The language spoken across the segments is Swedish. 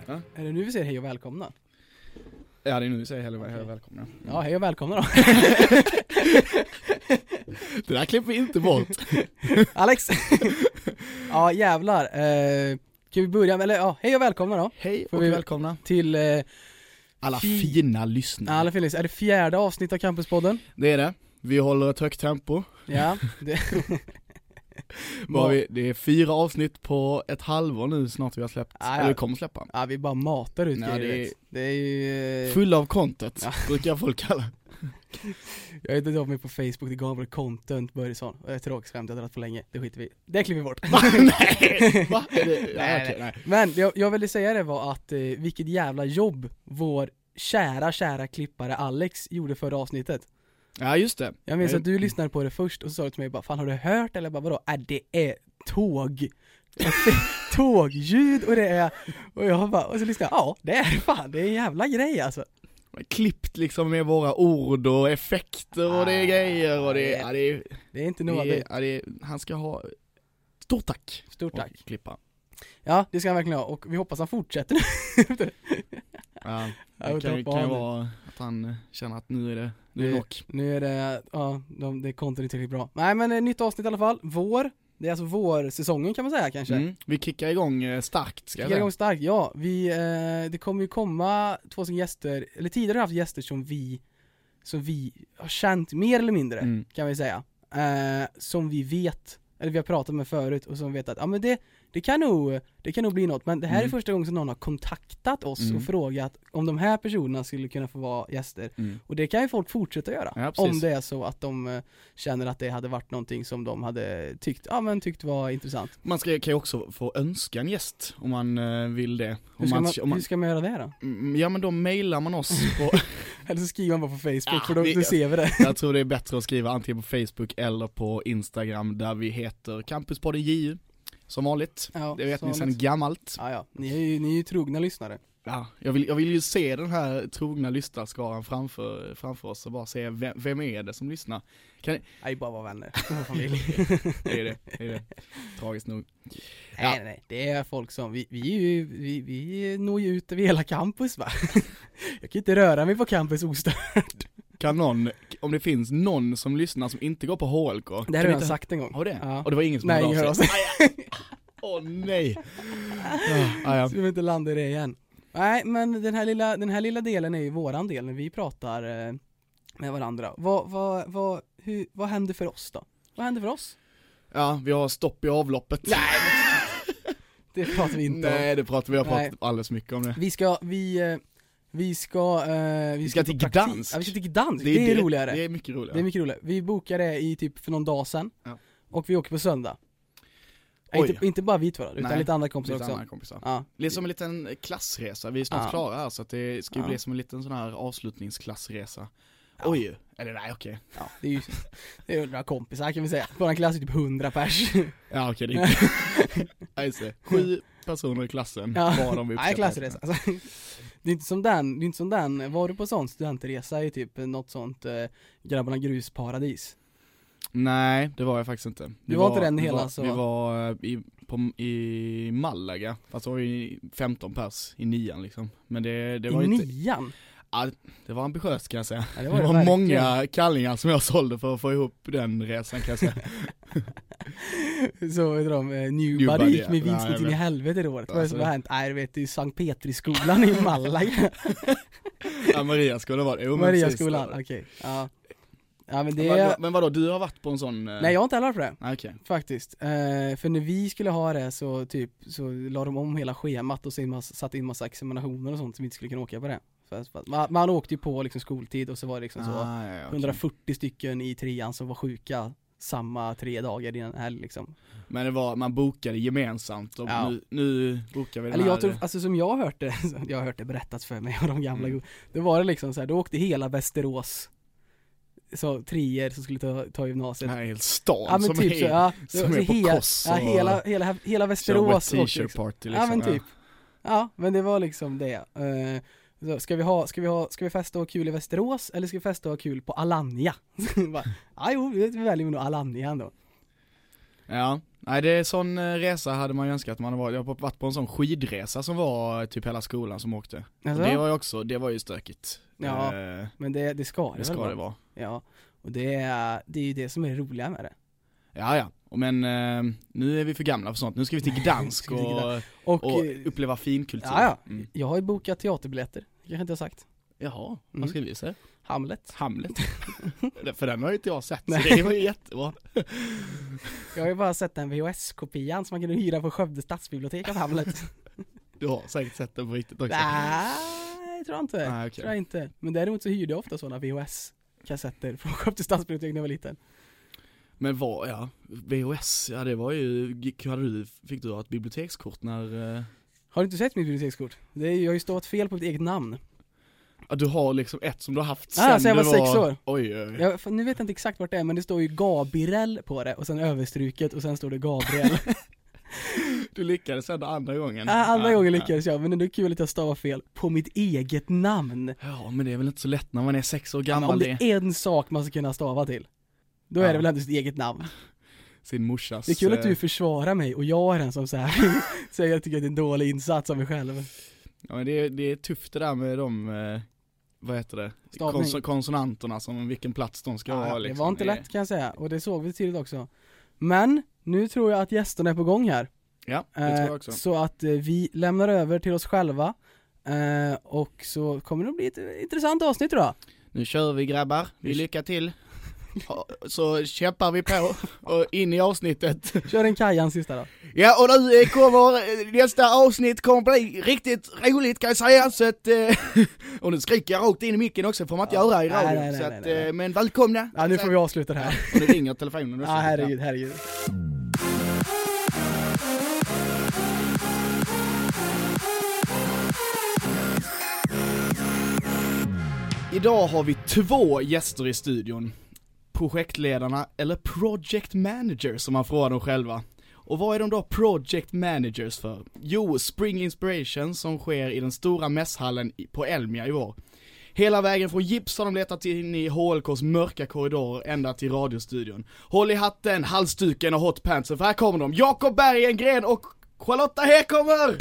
Ja. Är det nu vi säger hej och välkomna? Ja, det är nu vi säger hej och välkomna. Mm. Ja, hej och välkomna då. Det där klipper vi inte bort. Alex. Ja, jävlar. Kan vi börja med, eller ja, hej och välkomna då. Hej Får och vi- välkomna. Till Alla fina lyssnare. alla Felix, är det 4:e avsnitt av Campuspodden? Det är det. Vi håller ett högt tempo. Ja, det Det är 4 avsnitt på ett halvår nu snart vi har släppt. Ja, ja. Eller vi kommer släppa. ja, vi bara matar ut Ja, grejer, det är- vet. Det är ju Full av content, Ja. brukar folk kalla. jag vet inte om mig på Facebook, det gav väl content Börjesson. Och det är tråkigt skämt, jag har dragit för länge. Det skiter vi. Det klipper vi bort. Va? Nej! Va? Nej, okej, nej. Men jag ville säga det var att vilket jävla jobb vår kära klippare Alex gjorde förra avsnittet. Ja, just det. Jag minns att du lyssnade på det först och så sa du till mig bara, fan har du hört? Eller bara, vadå? Det är tåg. Tågljud och det är, och jag bara, och så lyssnade jag, ja det är fan, det är en jävla grej alltså. Klippt liksom med våra ord och effekter och det är grejer och det är, Det är inte nog han ska ha stort tack. Stort tack. Och klippa. Ja, det ska han verkligen ha och vi hoppas han fortsätter. Ja, Jag det kan ju hoppar av nu. vara att han känner att nu är det nog. Nu är det, ja, det är content inte riktigt bra. Nej men nytt avsnitt i alla fall, det är alltså vårsäsongen kan man säga kanske. Vi kickar igång starkt, ska jag Kickar säga. igång starkt, ja. Det kommer ju komma 2 gäster, eller tidigare har vi haft gäster som vi har känt mer eller mindre, kan vi säga. Som vi vet, eller vi har pratat med förut och som vet att, ja men det kan nog bli något, men det här är första gången som någon har kontaktat oss och frågat om de här personerna skulle kunna få vara gäster. Och det kan ju folk fortsätta göra, Ja, precis. om det är så att de känner att det hade varit någonting som de hade tyckt var intressant. Man kan ju också få önska en gäst om man vill det. Hur ska man göra det då? Ja, men då mailar man oss på... Eller så skriver man bara på Facebook, Ja, för då ser vi det. Jag tror det är bättre att skriva antingen på Facebook eller på Instagram där vi heter Campuspodden JU. Som vanligt. Ja, det vet som ni sedan vanligt. gammalt. Ja. Ni är ju trogna lyssnare. Ja, jag vill ju se den här trogna lyssnarskaran framför oss och bara se vem är det som lyssnar. Nej, bara vara vänner. Vår familj. Det är det. Tragiskt nog. Nej. Det är folk som, vi når ju ut över hela campus, va? Jag kan inte röra mig på campus ostört. Kan någon, om det finns någon som lyssnar som inte går på HLK. Det har jag redan sagt en gång. Har det? Ja. Och det var ingen som Nej, hörde ingen av hör sig. av sig. Åh nej. Ja. Så vi inte landar i det igen. Nej, men den här lilla delen är ju våran del när vi pratar med varandra. Vad händer för oss då? Vad händer för oss? Ja, vi har stopp i avloppet. Nej, det pratar vi inte om. Nej, vi har pratat alldeles mycket om det. Vi ska till på Gdansk. Ja, vi ska till Gdansk. Det är roligare. Det är mycket roligare. Vi bokade det i typ för någon dag sedan. Ja. Och vi åker på söndag. Inte bara vi två då, utan lite andra kompisar också. Ja. Det är som en liten klassresa. Vi är snart klara här så att det ska ju bli som en liten sån här avslutningsklassresa. Ja. Oj, eller nej, okej. Ja, det är ju några kompisar kan vi säga. Vår klass är typ 100 pers. Ja, okej, det är inte. Nej, 7 personer i klassen. Var de Nej, klassresa. Alltså, det är inte som den. Var du på sån studentresa i typ något sånt Grabbarna grusparadis? Nej, det var jag faktiskt inte. Du var inte den hela så. Vi var i Malaga. Fast det var ju 15 pers i 9:an liksom. Men det var i inte... 9:an? Ja, det var ambitiöst kan jag säga. Ja, det var verkligen många kallingar som jag sålde för att få ihop den resan kan jag säga. Så vet de, Newbody gick med vinsten in i helvete det året. Vad är det som har hänt? Nej, du vet, det är Sankt Petriskolan i Malaga. Ja, Mariaskolan var det. Mariaskolan, okej. Ja. Ja, men det... Men vadå, du har varit på en sån... Nej, jag har inte heller varit på det. Okay. Faktiskt. För när vi skulle ha det så la de om hela schemat och satte in massa examinationer och sånt som vi inte skulle kunna åka på det. Man åkte ju på liksom skoltid och så var det liksom okay. 140 stycken i 3:an som var sjuka samma 3 dagar innan helg liksom. Men man bokade gemensamt och nu bokar vi den eller här... jag tror, alltså som jag har hört det berättats för mig av de gamla det var det liksom så här, då åkte hela Västerås så 3:or som skulle ta gymnasiet. Nej, hela stan ja, men som typ är, så, ja, som är på koss och... hela Västerås t-shirt liksom. Party liksom. Ja, men typ. Ja, men det var liksom det. Så ska vi festa och ha kul i Västerås eller ska vi festa och ha kul på Alanya? Ja, jo, vi väljer nog Alanya ändå. Ja, nej det är sån resa hade man ju önskat att man hade varit. Jag har varit på en sån skidresa som var typ hela skolan som åkte. Alltså? Det var ju också, det var ju stökigt. Ja, men det ska det ska väl det vara. Ja, och det är ju det som är det roliga med det. Ja, men nu är vi för gamla för sånt. Nu ska vi till Gdansk och uppleva finkultur. Ja. Jag har ju bokat teaterbiljetter, det kanske inte jag sagt. Jaha, vad ska vi se? Hamlet. För den har ju inte jag sett, så det var ju jättebra. Jag har ju bara sett den VHS-kopian som man kunde hyra på Skövde stadsbibliotek av Hamlet. Du har säkert sett den på riktigt också. Nej, tror jag inte. Okay. Tror jag inte. Men däremot så hyrde jag ofta sådana VHS-kassetter från Skövde stadsbibliotek när jag var liten. Men VHS, det var ju, fick du ha ett bibliotekskort när... Har du inte sett mitt bibliotekskort? Jag har ju stått fel på mitt eget namn. Ja, du har liksom ett som du har haft sen så jag var 6 år. Oj. Nu vet jag inte exakt vart det är, men det står ju Gabriel på det och sen överstruket och sen står det Gabriel. Du lyckades ändå andra gången. Andra gången lyckades jag, men det är kul att jag stavar fel på mitt eget namn. Ja, men det är väl inte så lätt när man är 6 år gammal. Om det är en sak man ska kunna stava till, då är det väl ändå sitt eget namn. Sin morsas. Det är kul att du försvarar mig och jag är den som så här säger jag tycker att det är en dålig insats av mig själv. Ja, men det är tufft det där med de vad heter det? Konsonanterna, som vilken plats de ska ha. Liksom. Det var inte lätt kan jag säga, och det såg vi tidigt också. Men nu tror jag att gästerna är på gång här. Ja, det tror jag också. Så att vi lämnar över till oss själva. Och så kommer det att bli ett intressant avsnitt då. Nu kör vi grabbar, lycka till. Så kämpar vi på och in i avsnittet. Kör en Kajan sista då. Ja, och nu kommer nästa avsnitt kommer bli riktigt roligt kan jag säga, så att och nu skriker jag rakt in i micken också, får man inte göra i radio. Nej, så att, men välkomna. Ja, nu får vi avsluta det här. Och nu ringer telefonen. Ja, herregud. Idag har vi 2 gäster i studion. Projektledarna, eller project managers som man frågar dem själva. Och vad är de då project managers för? Jo, Spring Inspiration som sker i den stora mässhallen på Elmia i år. Hela vägen från Gips har de letat in i HLKs mörka korridorer ända till radiostudion. Håll i hatten, halsduken och hotpantsen, för här kommer de. Jakob Berggren och Charlotta Hekomer!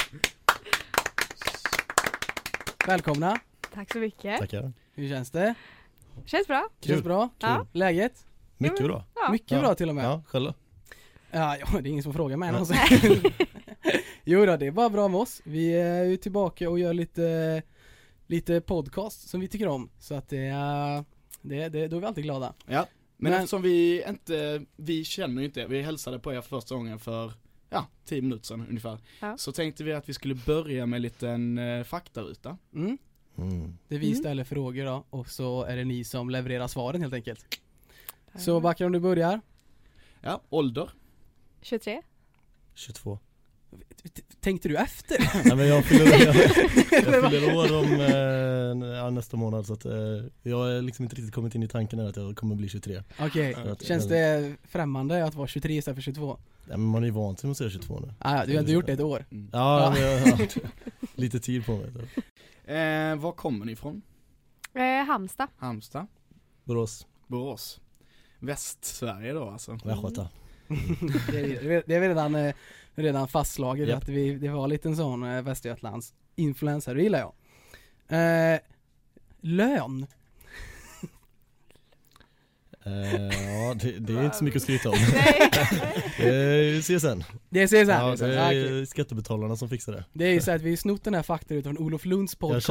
Välkomna. Tack så mycket. Tackar. Hur känns det? Känns bra. Känns bra? Ja. Läget? Mycket bra. Ja. Mycket bra till och med. Ja, själv. Ja, det är ingen som frågar mig. Jo då, det är bara bra med oss. Vi är ju tillbaka och gör lite podcast som vi tycker om. Så att då är vi alltid glada. Ja, men eftersom vi känner ju inte, vi hälsade på er första gången för 10 minuter sedan ungefär. Ja. Så tänkte vi att vi skulle börja med en liten faktaruta. Det vi ställer frågor då, och så är det ni som levererar svaren helt enkelt. Så Backar, om du börjar. Ja, ålder. 23. 22. Tänkte du efter? Nej, men jag fyller år om nästa månad, så att jag har liksom inte riktigt kommit in i tanken att jag kommer bli 23. Okej. Känns det främmande att vara 23 istället för 22? Ja, men man är ju van till att säga 22 nu. Du har inte gjort det ett år. Ja, men jag har lite tid på mig. Var kommer ni ifrån? Halmstad. Borås. Västsverige då alltså. Västgöta. Det är redan fastslaget att det var lite en sån Västergötlands influencer, det gillar jag. Lön. Ja, det är inte så mycket att skryta om. CSN. Det är CSN. Ja, det är skattebetalarna som fixar det. Det är ju så att vi har snott den här faktan utifrån Olof Lunds podcast.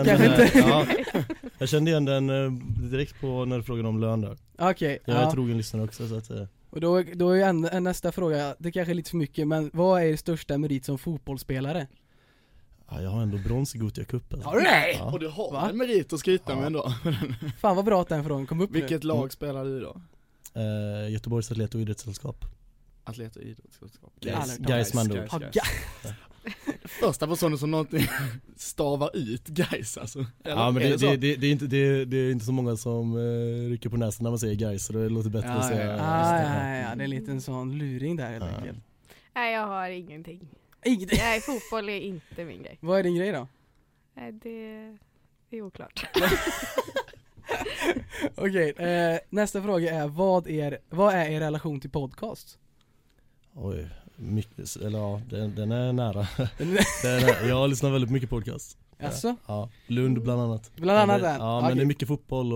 Jag kände igen den direkt på när du frågade om lön där. Okej. Jag är trogen lyssnare också, så att och då är ju nästa fråga, det kanske är lite för mycket, men vad är er största merit som fotbollsspelare? Ja, jag har ändå brons i Gothia Cup. Alltså. Nej! Ja. Och du har en merit att skryta med ändå. Fan vad bra att den frågan kom upp. Vilket lag spelar du då? Göteborgs Atlet- och idrottssällskap. Atlet- och idrottssällskap. Guys man då. Första personen som någonting stavar ut guys alltså. Eller, ja, men det är inte så många som rycker på näsan när man säger guys, så det låter bättre att säga. Ja, det är en liten sån luring där helt enkelt. Nej, jag har ingenting. Nej, fotboll är inte min grej. Vad är din grej då? Nej, det är oklart. Okej, nästa fråga är vad är er relation till podcast? Oj, mycket, eller ja, den är nära. Jag lyssnar väldigt mycket podcast. Alltså? Ja, Lund bland annat. Bland annat den. den? Ja, Okay. men det är mycket fotboll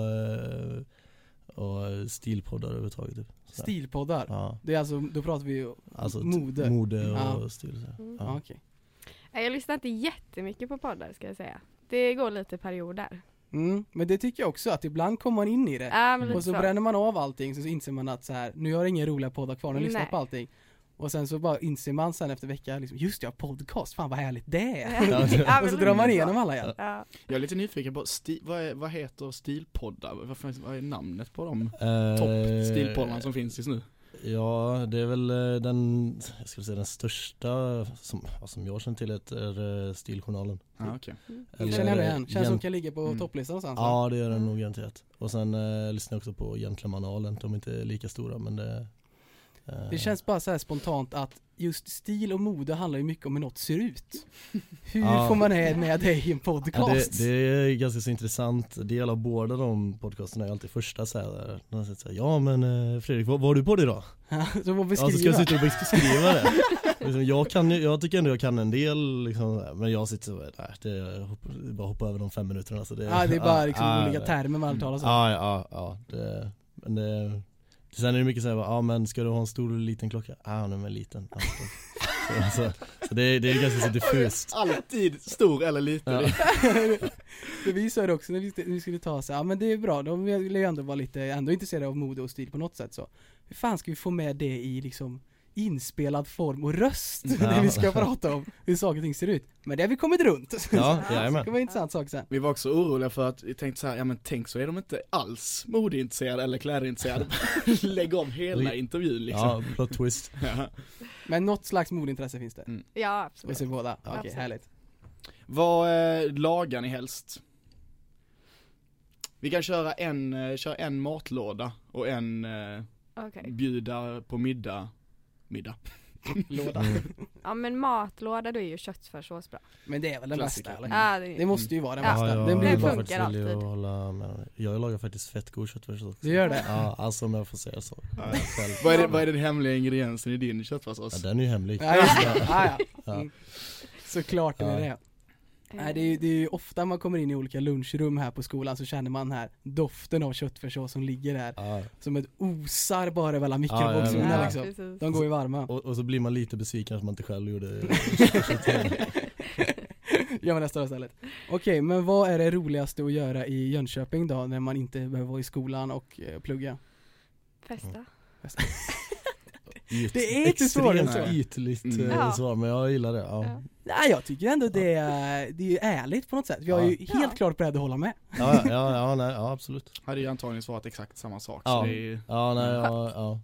och stilpoddar överhuvudtaget. Typ. Stilpoddar? Ja. Det är alltså, då pratar vi ju alltså mode och stil. Ja. Okay. Jag lyssnar inte jättemycket på poddar, ska jag säga. Det går lite perioder. Men det tycker jag också, att ibland kommer man in i det. Och så bränner man av allting, så inser man att så här, nu har jag inga roliga poddar kvar, nu lyssnar på allting. Och sen så bara inser man sen efter vecka liksom, just det, jag har podcast, fan vad härligt det är. Och så drar man igenom alla igen. Ja. Jag är lite nyfiken på, vad heter stilpoddar? Vad är namnet på de topp-stilpoddarna som finns just nu? Ja, det är väl jag skulle säga den största som jag känner till är Stiljournalen. Okay. Känner jag det igen? Känns som kan ligga på topplistan någonstans. Ja, det gör den nog garanterat. Och sen lyssnar jag också på Gentlemanalen. De är inte lika stora, men det känns bara så här spontant att just stil och mode handlar ju mycket om hur något ser ut. Hur får man med det i en podcast? Ja, det är ganska så intressant. Del av båda de podcasterna är alltid första så här. Ja, men Fredrik, vad har du på dig då? Så vad beskriva? Ja, så ska jag sitta och beskriva det. Jag tycker ändå jag kan en del liksom, men jag sitter så det är bara hoppa över de 5 minuterna så det. Ja, det är bara liksom olika termer man talar så. Ja, men det. Sen är det mycket så här, men ska du ha en stor eller liten klocka? Nej, liten. Så det är ganska så diffust. Alltid stor eller liten. Ja. Det visar det också när vi skulle ta sig. Ja, men det är bra. De vill ju ändå vara ändå intresserade av mode och stil på något sätt så. Hur fan ska vi få med det i liksom inspelad form och röst när vi ska prata om hur saker och ting ser ut. Men det har vi kommit runt. Ja, det kan vara en intressant sak sen. Vi var också oroliga för att vi tänkte så här, men tänk så är de inte alls modeintresserade eller klädintresserade. Lägg om hela intervjun liksom. Ja, plot twist. Ja. Men något slags modeintresse finns det. Ja, absolut. Vi ser båda. Okej, härligt. Vad lagar ni helst? Vi kan köra en matlåda och en bjuda på middag. Låda. Ja, men matlåda, då är ju köttfärssås bra. Men det är väl den bästa, eller? Ja, det måste ju vara den bästa. Ja, den blir det funkar alltid. Jag lagar faktiskt fett god köttfärssås också. Du gör det? Ja, alltså om jag får säga så. Vad är den hemliga ingrediensen i din köttfärssås? Ja, den är ju hemlig. Ja. Såklart är det. Nej, det är ju ofta man kommer in i olika lunchrum här på skolan så känner man här doften av köttfärssås som ligger där. Som ett osar bara över alla mikrovågsugnar liksom. De går ju varma. Och så blir man lite besviken att man inte själv gjorde gör man nästa istället. Okej, men vad är det roligaste att göra i Jönköping då när man inte behöver vara i skolan och plugga? Festa. Det är inte svårare än så. Ytligt svar, men jag gillar det. Ja. Nej, jag tycker ändå det är ärligt på något sätt. Jag är ju helt klart beredd att hålla med. Ja, absolut. Hade ju antagligen svarat exakt samma sak. Ja, så det är... ja.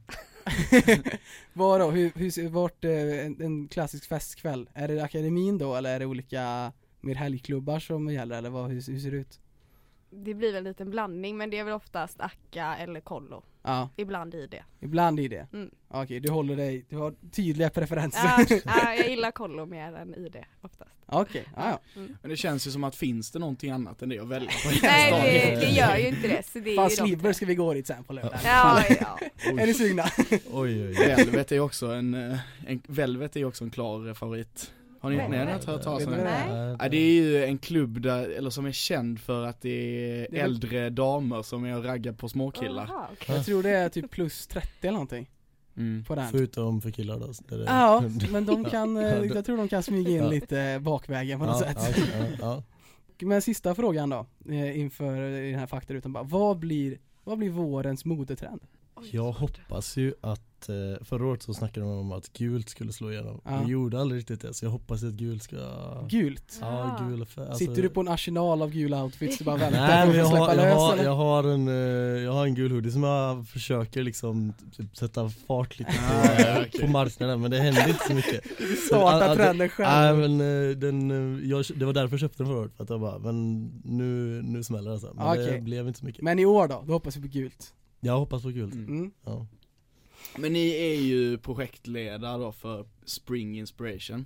Vart en klassisk festkväll? Är det akademin då, eller är det olika mer helgklubbar som gäller, eller hur ser det ut? Det blir väl en liten blandning, men det är väl oftast Akka eller Kollo. Ja. Ibland i det. Ibland i det? Okej, du har tydliga preferenser. Ja, jag gillar Kollo mer än i det oftast. Okej, Men det känns ju som att finns det någonting annat än det att välja på. Nej, det gör ju inte det. Så det fan, Slibber ska vi gå dit sen på lördag. Ja. Är ni sugna? Oj. Velvet är ju också en klar favorit. Har ni hört talas om det? Nej, det är ju en klubb där, som är känd för att det är äldre damer som är och raggar på småkillar. Jag tror det är typ plus 30 eller någonting. På den. Förutom för killar då? Ja, men jag tror de kan smyga in lite bakvägen på något sätt. Ja. Men sista frågan då, inför den här faktarutan bara, vad blir vårens modetrend? Jag hoppas ju att förra året så snackade de om att gult skulle slå igenom. Jag gjorde aldrig riktigt det, så jag hoppas att gult ska... Gult? Ja, gul. Alltså... Sitter du på en arsenal av gula outfits du bara väntar Nej, för att släppa lös? Eller? Jag har en gul hoodie som jag försöker liksom sätta fart lite på marknaden, men det händer inte så mycket. Du startar trenden själv. Nej, men det var därför jag köpte den förra året, för att jag bara, men nu smäller det alltså. Men det blev inte så mycket. Men i år då hoppas vi på gult. Jag hoppas på gult. Ja. Men ni är ju projektledare då för Spring Inspiration.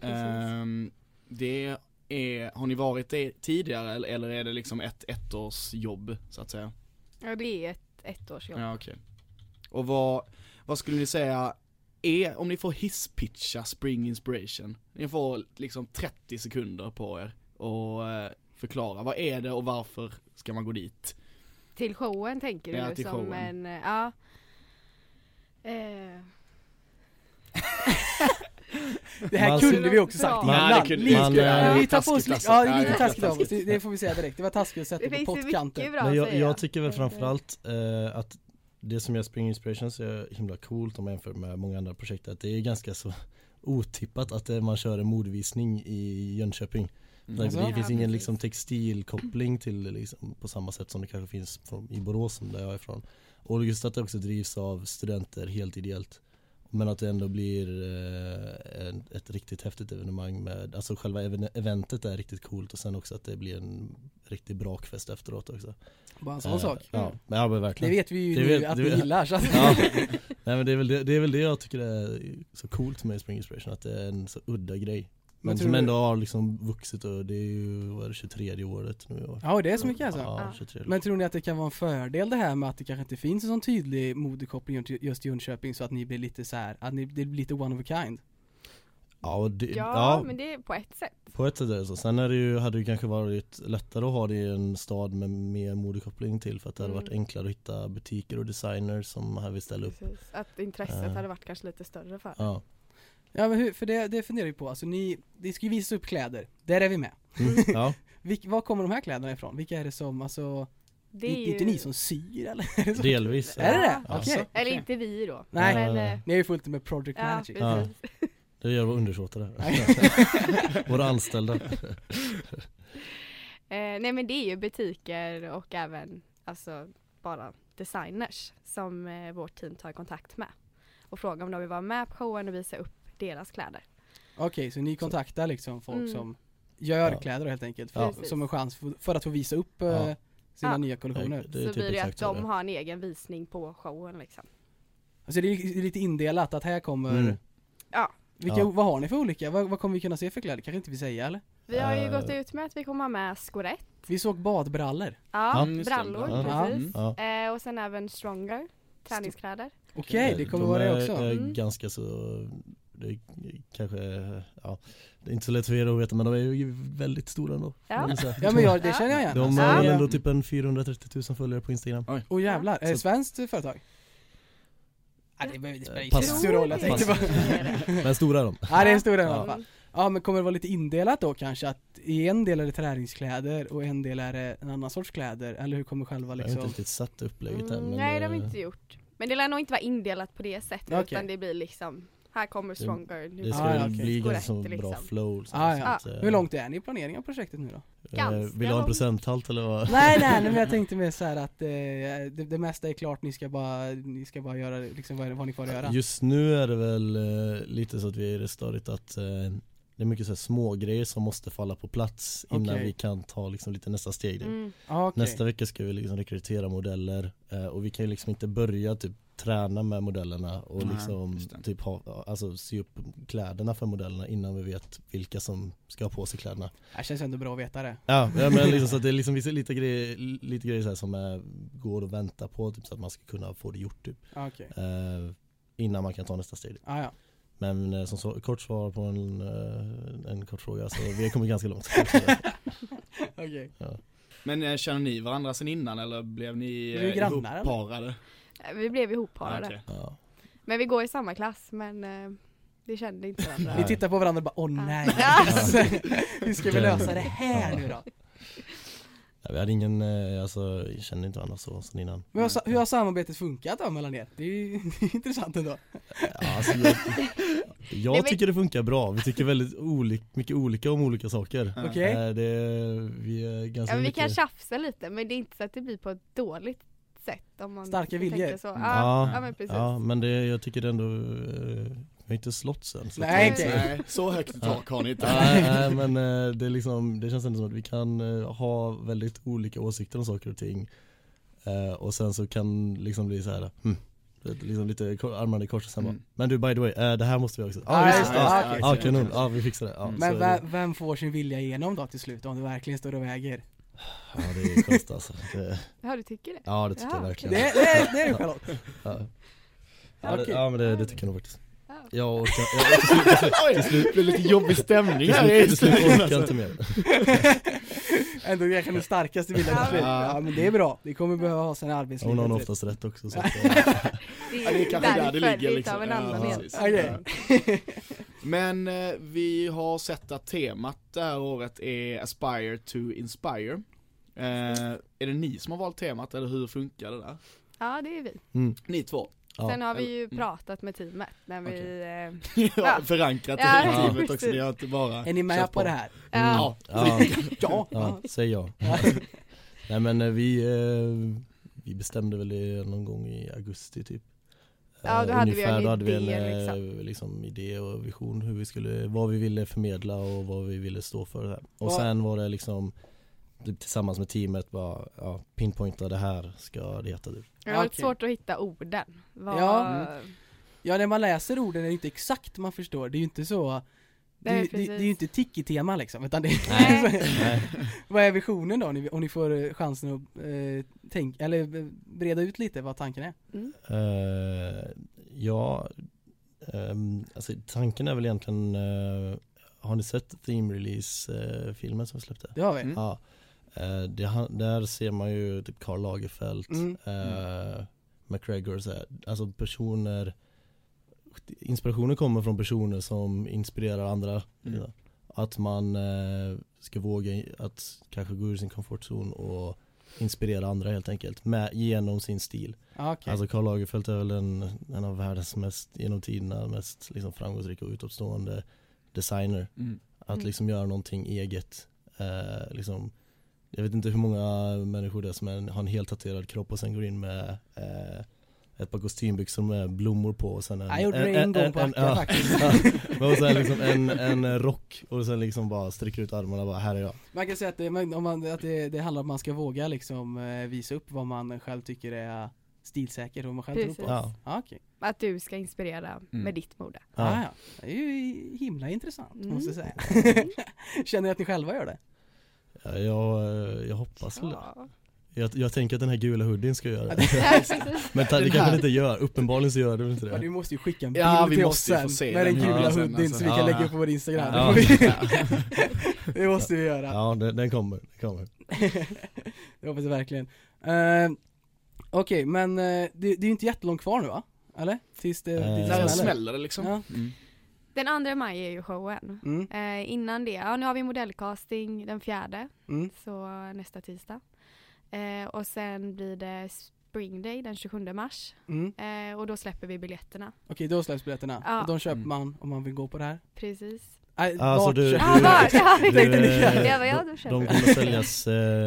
Har ni varit det tidigare, eller är det liksom ett ettårsjobb så att säga? Ja, det är ett ettårsjobb. Ja, okej. Och vad skulle ni säga om ni får hisspitcha Spring Inspiration, ni får liksom 30 sekunder på er och förklara, vad är det och varför ska man gå dit? Till showen tänker du? Ja, till som showen. Det här kunde vi också sagt innan. Vi tar på oss lite taskigt av oss, det får vi säga direkt. Det var taskigt att sätta på pottkanten. Men jag tycker väl framförallt att det som gör Spring Inspiration så är himla coolt om man jämför med många andra projekt, att det är ganska så otippat att man kör en modvisning i Jönköping. Det finns ingen liksom textilkoppling till det liksom, på samma sätt som det kanske finns i Borås som där jag är ifrån. Och just att det också drivs av studenter helt ideellt. Men att det ändå blir ett riktigt häftigt evenemang med, alltså själva eventet är riktigt coolt och sen också att det blir en riktigt bra kväst efteråt också. Bara en sån sak. Ja, men verkligen. Det vet vi ju nu att vi gillar. Så. Ja. Nej, men det är väl det jag tycker är så coolt med Spring Inspiration, att det är en så udda grej. Men som ändå har liksom vuxit och det är ju 23 året nu i år. Ja, det är så mycket alltså. Ja, 23. Men tror ni att det kan vara en fördel det här med att det kanske inte finns en sån tydlig modekoppling just i Jönköping så att ni blir lite så här, att det blir lite one of a kind? Ja, men det är på ett sätt. På ett sätt är det så. Sen hade det kanske varit lättare att ha det i en stad med mer modekoppling till, för att det hade varit enklare att hitta butiker och designers som här vill ställa upp. Precis. Att intresset hade varit kanske lite större för. Ja, men för det funderar vi på. Alltså det ska ju visa upp kläder. Där är vi med. Ja. Var kommer de här kläderna ifrån? Vilka är det som, alltså... Det är inte ni som syr, eller? Delvis. Är det? Ja. Okej. Eller inte vi då. Nej, men, ni är ju fullt med project managing. Ja. Det gör våra undersåtare. Våra anställda. Nej, men det är ju butiker och även alltså bara designers som vårt team tar kontakt med. Och frågar om de vill vara med på showen och visa upp deras kläder. Okej, så ni kontaktar liksom folk som gör kläder helt enkelt som en chans för att få visa upp sina nya kollektioner. Så blir det att de har en egen visning på showen liksom. Alltså det är lite indelat att här kommer vad har ni för olika? Vad kommer vi kunna se för kläder? Kanske inte vi säga, eller? Vi har ju gått ut med att vi kommer ha med skorett. Vi såg badbrallor. Ja, brallor, precis. Och sen även stronger, träningskläder. Okej, det kommer vara det också. Ganska så, det är kanske, det är inte så lätt för er att veta, men de är ju väldigt stora ändå. Ja, men det känner jag igen. De har ändå typ en 430 000 följare på Instagram. Åh jävlar, är det svenskt företag? Det spelar inte så roll, jag tänkte bara. Men stora är de. Ja, det är stora i alla fall. Ja, men kommer det vara lite indelat då kanske? Att i en del är det träningskläder och en del är det en annan sorts kläder? Eller hur kommer själva liksom... Jag har inte riktigt satt upplägget än. Nej, det har vi inte gjort. Men det lär nog inte vara indelat på det sättet, utan det blir liksom, här kommer stronger. Det ska bli ganska bra flow. Hur långt är ni i planeringen av projektet nu då? Vill du ha en procenthalt eller vad? Nej, men jag tänkte mer så här att det mesta är klart, ni ska bara göra liksom vad ni får göra. Just nu är det väl lite så att vi är i det stadiet att det är mycket så här små grejer som måste falla på plats innan vi kan ta liksom lite nästa steg. Nästa vecka ska vi liksom rekrytera modeller och vi kan ju liksom inte börja typ träna med modellerna och liksom typ sy upp kläderna för modellerna innan vi vet vilka som ska ha på sig kläderna. Det känns ändå bra att veta det. Ja, men liksom så att det är liksom lite grejer så här som går att vänta på typ, så att man ska kunna få det gjort typ. Innan man kan ta nästa steg. Men som så, kort svar på en kort fråga, så vi har kommit ganska långt. Okej. Men känner ni varandra sen innan eller blev ni ihopparade? Vi blev ihopparade. Men vi går i samma klass, men vi kände inte varandra. Vi tittar på varandra och bara, nej. Hur ska vi lösa det här nu då? Vi hade ingen, jag kände inte varandra så sen innan. Men hur har samarbetet funkat då mellan er? Det är ju intressant ändå. Jag tycker det funkar bra. Vi tycker väldigt mycket olika om olika saker. Vi är ganska vi kan tjafsa lite, men det är inte så att det blir på ett dåligt sätt. Om man starka viljor. Så. Men precis. Men jag tycker det ändå... Vi har inte slått sen. Nej, så högt tak har ni inte. Nej, men det är liksom, det känns ändå som att vi kan ha väldigt olika åsikter om saker och ting. Och sen så kan liksom bli så här liksom lite armarna i kors och sen bara, men du, by the way, det här måste vi också. Kanon. Vi fixar det. Men vem får sin vilja igenom då till slut om det verkligen står och väger? Ja, det är konstigt alltså. Du tycker det? Ja, det tycker jag verkligen. Det är det Charlotte. Ja, men det tycker jag nog faktiskt. jag orkar Oj, det blir lite jobbig stämning här. till slut orkar jag inte mer. Ändå jag kan det starkaste vilja till slut. Ja, men det är bra. Det kommer behöva ha sina arbetsliv. Hon har nog oftast rätt också. Så att, Ja, det är kanske där det ligger liksom. av en annan Ja, precis. Okej. Men vi har sett att temat det här året är Aspire to Inspire. Är det ni som har valt temat eller hur funkar det där? Ja, det är vi. Ni två. ja. Sen har vi ju pratat med teamet när vi... Ja, förankrat i Ja, teamet precis. också. Ni har inte bara Är ni med kört på det här? Ja. Ja, säg ja. Nej men vi bestämde väl det någon gång i augusti typ. Ja, då hade vi en Ungefär, då hade vi idé, liksom idé och vision hur vi skulle, vad vi ville förmedla och vad vi ville stå för här. Och sen var det liksom tillsammans med teamet bara pinpointa det här ska det heta typ. Det var Okej. svårt att hitta orden. Ja, när man läser orden är det inte exakt man förstår. Det är ju inte så... Det Nej, är ju inte tiki-tema liksom, utan det Nej. Vad är visionen då, om ni får chansen att breda ut lite vad tanken är? Alltså tanken är väl egentligen har ni sett Theme Release-filmen som vi släppte? Det har vi. Ja. Där ser man ju typ Karl Lagerfeld, McGregor, så här. Alltså personer, inspirationen kommer från personer som inspirerar andra. Att man ska våga att kanske gå ur sin komfortzon och inspirera andra helt enkelt genom sin stil. Okay. Alltså Karl Lagerfeld är väl en av världens mest genom tiderna mest liksom framgångsrika och utåtstående designer. Att liksom göra någonting eget. Liksom, jag vet inte hur många människor det är som har en helt tatuerad kropp och sen går in med ett par kostymbyxor med blommor på och sen jag gjorde det en gång på Akka faktiskt. Och sen liksom en rock och sen liksom bara sträcker ut armarna och bara, här är jag. Man kan säga att det handlar om att man ska våga liksom visa upp vad man själv tycker är stilsäkert och vad man själv tror på. Ja. Okay. Att du ska inspirera med ditt mode. Ja. Det är ju himla intressant måste jag säga. Känner ni att ni själva gör det? Ja, jag hoppas väl det. Jag tänker att den här gula hoodien ska göra det. Men det kanske det inte gör. Uppenbarligen så gör det inte det. Ja, du måste ju skicka en bild till oss sen med den gula hoodien så vi kan lägga upp på vår Instagram. Det måste vi göra. Ja, den kommer. Det hoppas jag verkligen. Okej, men det är ju inte jättelångt kvar nu, va? Eller? Tills det smäller det liksom. Ja. Den 2 maj är ju showen. Innan det, nu har vi modellcasting den 4, så nästa tisdag. Och sen blir det Spring Day den 27 mars. Och då släpper vi biljetterna. Okej, då släpps biljetterna. Ja. Och de köper man om man vill gå på det här. Precis. Alltså vart de kommer säljas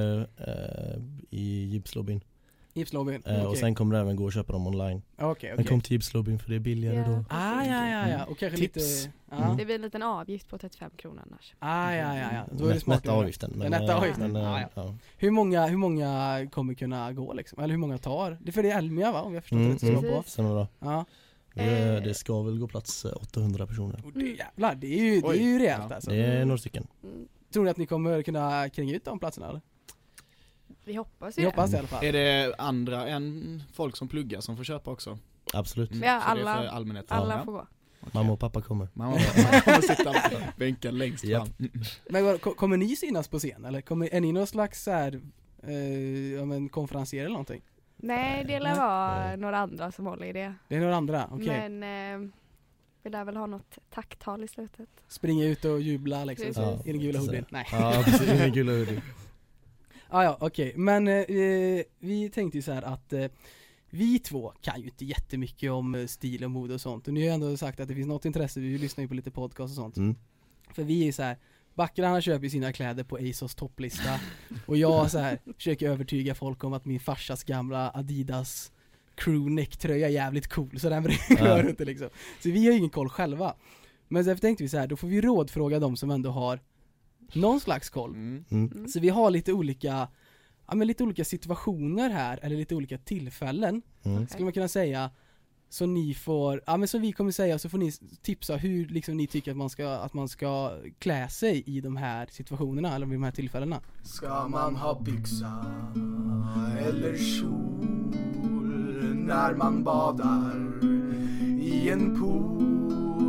i Gipslobbyn. Gipslobbyn. Och sen kommer det även gå att köpa dem online. Men kom till Gipslobbyn för det är billigare då. Ja. Och kanske tips. Lite... Det blir en liten avgift på 35 kronor annars. Ja. Då är det smart. Nätta avgiften. Hur många kommer kunna gå liksom? Eller hur många tar? Det är för det är Elmia, va? Om jag förstår rätt så på. Stämmer bra. Ja. Det ska väl gå plats 800 personer. Jävlar, det är ju rejält alltså. Det är några stycken. Tror ni att ni kommer kunna kränga ut de platserna eller? Vi hoppas ju det. Hoppas i alla fall. Är det andra än folk som pluggar som får köpa också? Absolut. Ja, så det är för allmänheten. Alla får gå. Okay. Mamma och pappa kommer. Mamma kommer sitta bänkad längst fram. Men kommer ni synas på scen? Eller är ni någon slags så här, konferenser eller någonting? Nej, det lär vara några andra som håller i det. Det är några andra, okej. Men vi lär väl ha något tacktal i slutet. Springa ut och jubla liksom i den gula hoodien. Nej. Ja, precis, i den gula hoodien. Ja, okej. Men vi tänkte ju så här att vi två kan ju inte jättemycket om stil och mode och sånt. Och ni har ju ändå sagt att det finns något intresse. Vi lyssnar ju på lite podcast och sånt. För vi är ju så här, Backarna han köper sina kläder på ASOS topplista. Och jag så här försöker övertyga folk om att min farsas gamla Adidas crewneck-tröja är jävligt cool. Så den rör inte liksom. Så vi har ju ingen koll själva. Men därför tänkte vi så här, då får vi rådfråga dem som ändå har någon slags koll. Så vi har lite olika situationer här, eller lite olika tillfällen. Skulle man kunna säga. Så ni får, så vi kommer säga, så får ni tipsa hur liksom ni tycker att man ska klä sig i de här situationerna eller vid de här tillfällena. Ska man ha byxa eller kjol när man badar i en pool?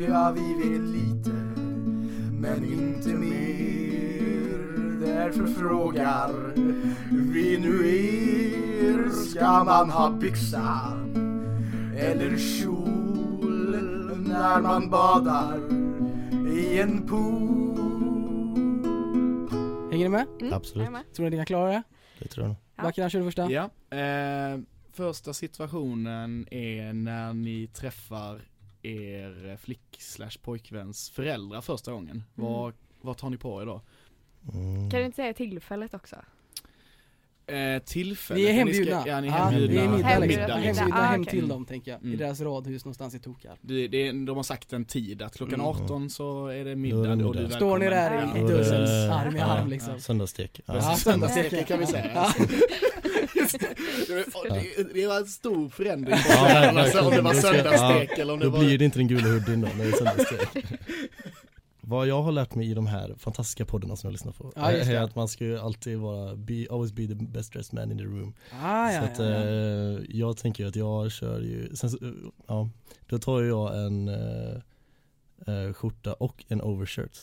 Ja, vi vet lite, men inte mer. Därför frågar vi nu er. Ska man ha byxa eller kjol när man badar i en pool? Hänger ni med? Absolut. Tror ni kan klara det? Det tror jag. Ja. Backarna kör det första. Ja. Första situationen är när ni träffar er flick/pojkväns föräldrar första gången. Vad tar ni på er då? Kan du inte säga tillfället också? Tillfället. Ni är hembjudna. Ja, ni är hembjudna. hembjudna. Det är middag. Hembjudna Hem okej. till dem, tänker jag. I deras radhus någonstans i Tokar. De har sagt en tid att klockan 18 så är det middag. Och du är Står ni där i Ja. dörrens arm i arm liksom? Söndagsstek. Ja, Söndagssteken kan vi säga. Det var en stor förändring. Verkligen. Om det var söndagsstek eller om det Då var... blir det inte den gula hoodien då när det är söndagsstek. Vad jag har lärt mig i de här fantastiska poddarna som jag lyssnar på är att man ska ju alltid always be the best dressed man in the room. Så att jag tänker att jag kör ju sen, då tar jag en skjorta och en overshirt.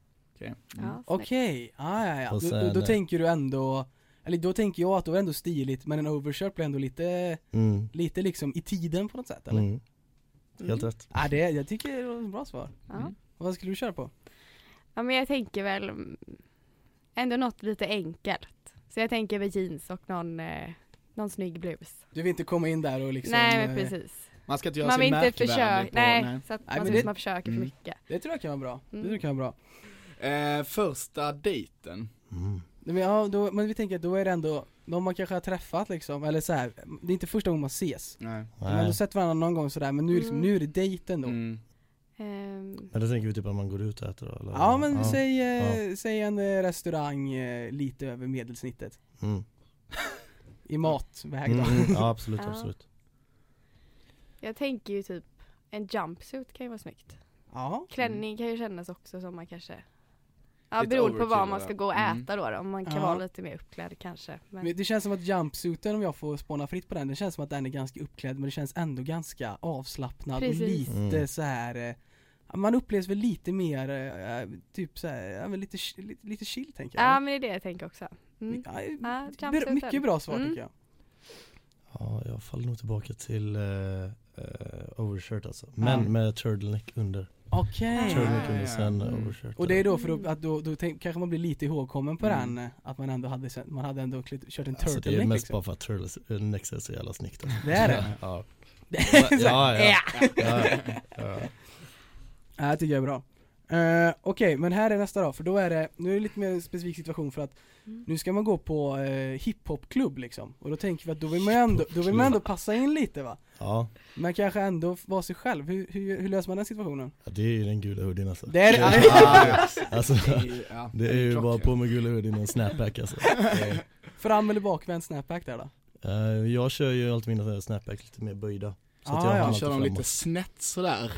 Okej. Och sen, då tänker du ändå, eller då tänker jag att då är ändå stiligt, men en overshirt blir ändå lite liksom i tiden på något sätt, eller? Helt rätt. Jag tycker det var ett bra svar. Vad skulle du köra på? Ja, men jag tänker väl ändå något lite enkelt. Så jag tänker väl jeans och någon snygg blus. Du vill inte komma in där och liksom... Nej, men precis. Man ska inte göra Man sig vill inte märkvärdig försöka, på... nej, så att Nej, man men ser att man försöker för mycket. Det tror jag kan vara bra. Första dejten. Men vi tänker att då är det ändå någon man kanske har träffat liksom, eller så här, det är inte första gången man ses. Nej. Man har ändå sett varandra någon gång sådär, men nu är det dejten då. Men då tänker vi typ att man går ut och äter då, eller? Ja, men säg en restaurang lite över medelsnittet. I matväg då. Ja, absolut. Jag tänker ju typ en jumpsuit kan ju vara snyggt. Ja. Klänning kan ju kännas också som man kanske... Ja, beror på vad man ska gå och äta då. Om man kan vara lite mer uppklädd kanske. Men Det känns som att jumpsuiten, om jag får spåna fritt på den, det känns som att den är ganska uppklädd, men det känns ändå ganska avslappnad. Precis. Och lite så här. Man upplevs väl lite mer typ så här, lite chill, tänker jag. Ja, men det är det jag tänker också. Mycket bra svar tycker jag. Ja, jag faller nog tillbaka till overshirt alltså. Men med turtleneck under. Okej. Turtleneck under sen overshirt. Och det är då för att då kanske man blir lite ihågkommen på den, att man ändå hade kört en turtleneck. Alltså det är mest bara för att turtleneck är så jävla snyggt. Alltså. Det är det? Ja. Det tycker jag är bra. Okej, men här är nästa då, för då är det, nu är det lite mer specifik situation, för att nu ska man gå på hiphopklubb liksom, och då tänker vi att då vill man ändå passa in lite, va? Ja. Men kanske ändå vara sig själv. Hur löser man den situationen? Ja, det är ju den gula hoodien alltså. Det är alltså, det är ju bara på med gula hoodien och en snapback alltså. Fram eller bakvänd snapback där då? Jag kör ju alltid mina snapback lite mer böjda. Så att jag kör dem lite snett sådär.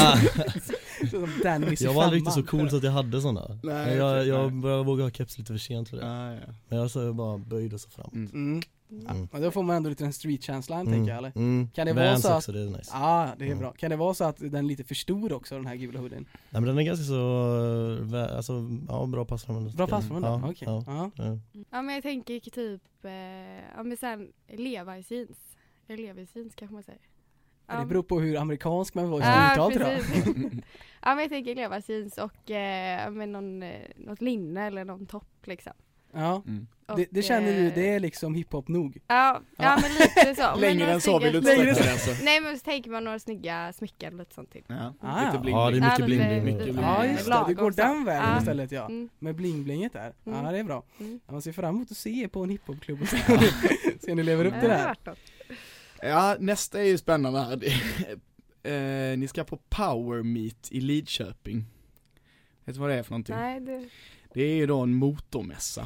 Jag var aldrig riktigt så cool så att jag hade sådana. Nej, jag började våga ha keps lite för sent för det. Men jag så bara böjd och så framåt. Men då får man ändå lite en street-känslan, tänker jag, eller? Kan det vara så att också, det är nice. Ja, det är bra. Kan det vara så att den är lite för stor också, den här gula hoodien? Nej, men den är ganska så bra passform. Bra passform då? Ja, okej. Ja, men jag tänker typ men sen Levi's jeans kanske man säger. Det beror på hur amerikansk man var i uttal, tror jag. Ja, men jag tänker Levi's jeans och med något linne eller någon topp liksom. Ja, det känner du, det är liksom hiphop nog. Ja, men lite så. Längre än så vill du inte sträcka alltså. Nej, men så tänker man några snygga smycken eller lite sånt till. Lite bling. Ja, det är mycket bling. Ja, just det. Det går den vägen istället, ja. Med bling-blinget där. Ja, det är bra. Man ser fram emot att se på en hiphopklubb och se ni lever upp till det här. Ja, nästa är ju spännande här. Ni ska på Power Meet i Lidköping. Vet du vad det är för någonting? Nej, det är ju då en motormässa.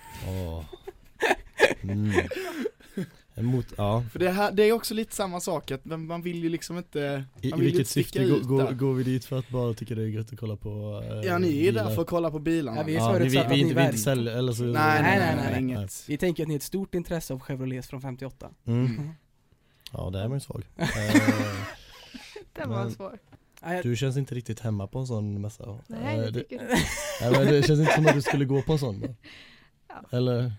För det är också lite samma sak, att man vill ju liksom inte... I vilket syfte går vi dit för att bara tycka det är gött att kolla på Ja, ni är där för att kolla på bilarna. Ja, vi är förutsatt att ni inte säljer, eller så... Nej. Inget. Vi tänker att ni är ett stort intresse av Chevrolets från 58. Ja, det är man ju svag. Det var svår. Du känns inte riktigt hemma på en sån mässa. Nej, det tycker du. Nej, men det känns inte som att du skulle gå på en sån. Ja. Eller?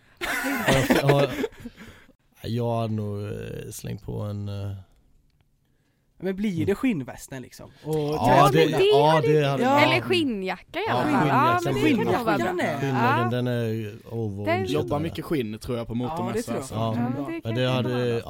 Jag har nog slängt på en... Men blir det skinnvästen liksom? Och det hade... Eller skinnjacka i alla fall. Ja, men det kan nog vara bra. Skinnjackan, den är Den jobbar mycket skinn tror jag på motormässa. Det hade...